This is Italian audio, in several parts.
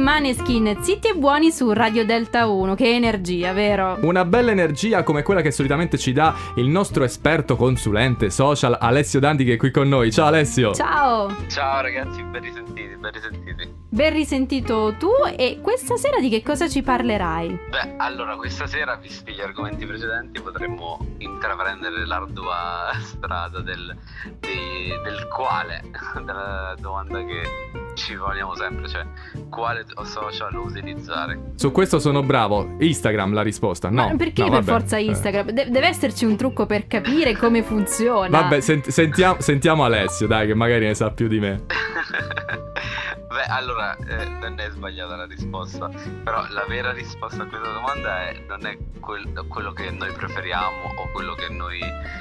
Maneskin, zitti e buoni su Radio Delta 1. Che energia, vero? Una bella energia come quella che solitamente ci dà il nostro esperto consulente social Alessio Danti, che è qui con noi. Ciao Alessio. Ciao. Ciao ragazzi, ben risentiti, ben risentiti. Ben risentito tu. E questa sera di che cosa ci parlerai? Beh, allora questa sera, visti gli argomenti precedenti, potremmo intraprendere l'ardua strada del quale, della domanda che ci poniamo sempre, cioè quale social utilizzare. Su questo sono bravo. Instagram la risposta. No. Ma perché no, per vabbè. forza Instagram? Deve esserci un trucco per capire come funziona. Vabbè, sentiamo Alessio, dai, che magari ne sa più di me. Beh, allora, non è sbagliata la risposta, però la vera risposta a questa domanda non è quello che noi preferiamo o quello che noi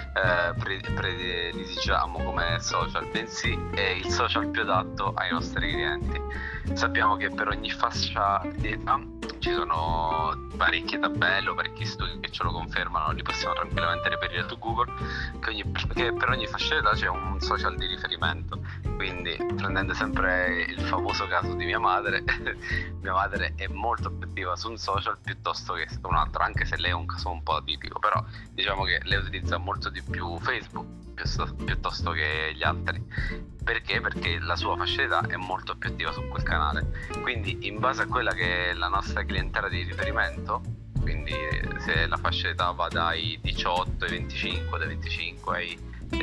prediligiamo come social, bensì è il social più adatto ai nostri clienti. Sappiamo che per ogni fascia di età ci sono parecchie tabelle o parecchi studi che ce lo confermano, li possiamo tranquillamente reperire su Google, che per ogni fascia di età c'è un social di riferimento. Quindi, prendendo sempre il famoso caso di mia madre, mia madre è molto più attiva su un social piuttosto che su un altro, anche se lei è un caso un po' atipico, però diciamo che lei utilizza molto di più Facebook piuttosto che gli altri. Perché? Perché la sua fascia d'età è molto più attiva su quel canale. Quindi, in base a quella che è la nostra clientela di riferimento, quindi se la fascia d'età va dai 18 ai 25, dai 25 ai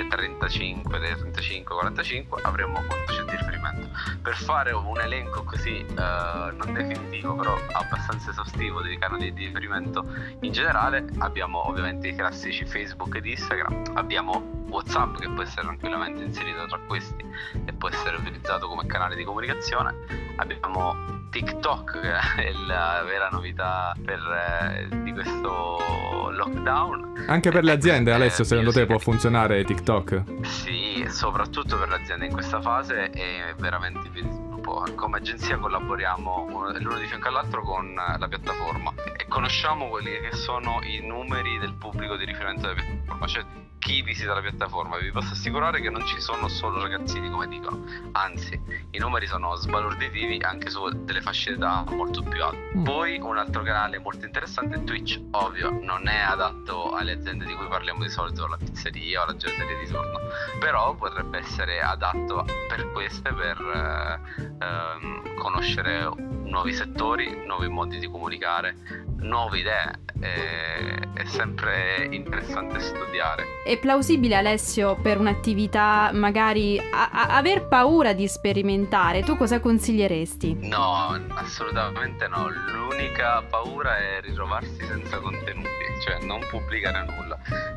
35, dai 35 ai 45, avremo un fascia di riferimento. Per fare un elenco così non definitivo, però abbastanza esaustivo dei canali di riferimento in generale, abbiamo ovviamente i classici Facebook ed Instagram, abbiamo WhatsApp che può essere tranquillamente inserito tra questi e può essere utilizzato come canale di comunicazione, abbiamo TikTok, che è la vera novità di questo lockdown. Anche per le aziende, Alessio, secondo te può funzionare TikTok? Sì, soprattutto per le aziende in questa fase è veramente in via di sviluppo. Come agenzia collaboriamo l'uno di fianco all'altro con la piattaforma e conosciamo quelli che sono i numeri del pubblico di riferimento della piattaforma, cioè chi visita la piattaforma. Vi posso assicurare che non ci sono solo ragazzini come dicono, anzi i numeri sono sbalorditivi anche su delle fasce d'età molto più alte. Poi un altro canale molto interessante è Twitch. Ovvio non è adatto alle aziende di cui parliamo di solito, la pizzeria o la gelateria di turno, però potrebbe essere adatto per queste, per conoscere nuovi settori, nuovi modi di comunicare, nuove idee. È sempre interessante studiare. È plausibile, Alessio, per un'attività magari aver paura di sperimentare? Tu cosa consiglieresti? No, assolutamente no. L'unica paura è ritrovarsi senza contenuti, cioè non pubblicare nulla.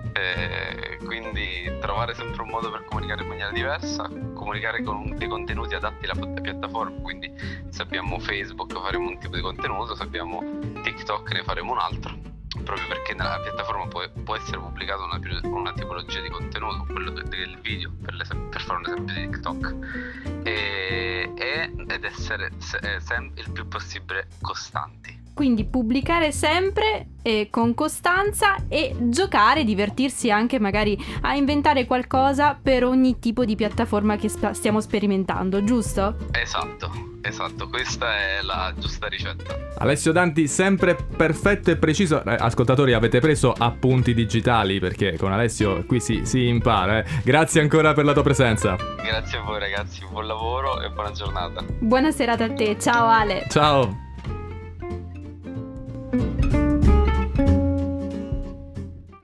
Quindi trovare sempre un modo per comunicare in maniera diversa, comunicare con dei contenuti adatti alla piattaforma. Quindi se abbiamo Facebook faremo un tipo di contenuto, se abbiamo TikTok ne faremo un altro, proprio perché nella piattaforma può essere pubblicata una tipologia di contenuto, quello del video, per fare un esempio di TikTok, ed essere il più possibile costanti. Quindi pubblicare sempre con costanza e giocare, divertirsi anche magari a inventare qualcosa per ogni tipo di piattaforma che stiamo sperimentando, giusto? Esatto, questa è la giusta ricetta. Alessio Danti, sempre perfetto e preciso. Ascoltatori, avete preso appunti digitali, perché con Alessio qui si impara. Grazie ancora per la tua presenza. Grazie a voi ragazzi, buon lavoro e buona giornata. Buona serata a te, ciao Ale. Ciao.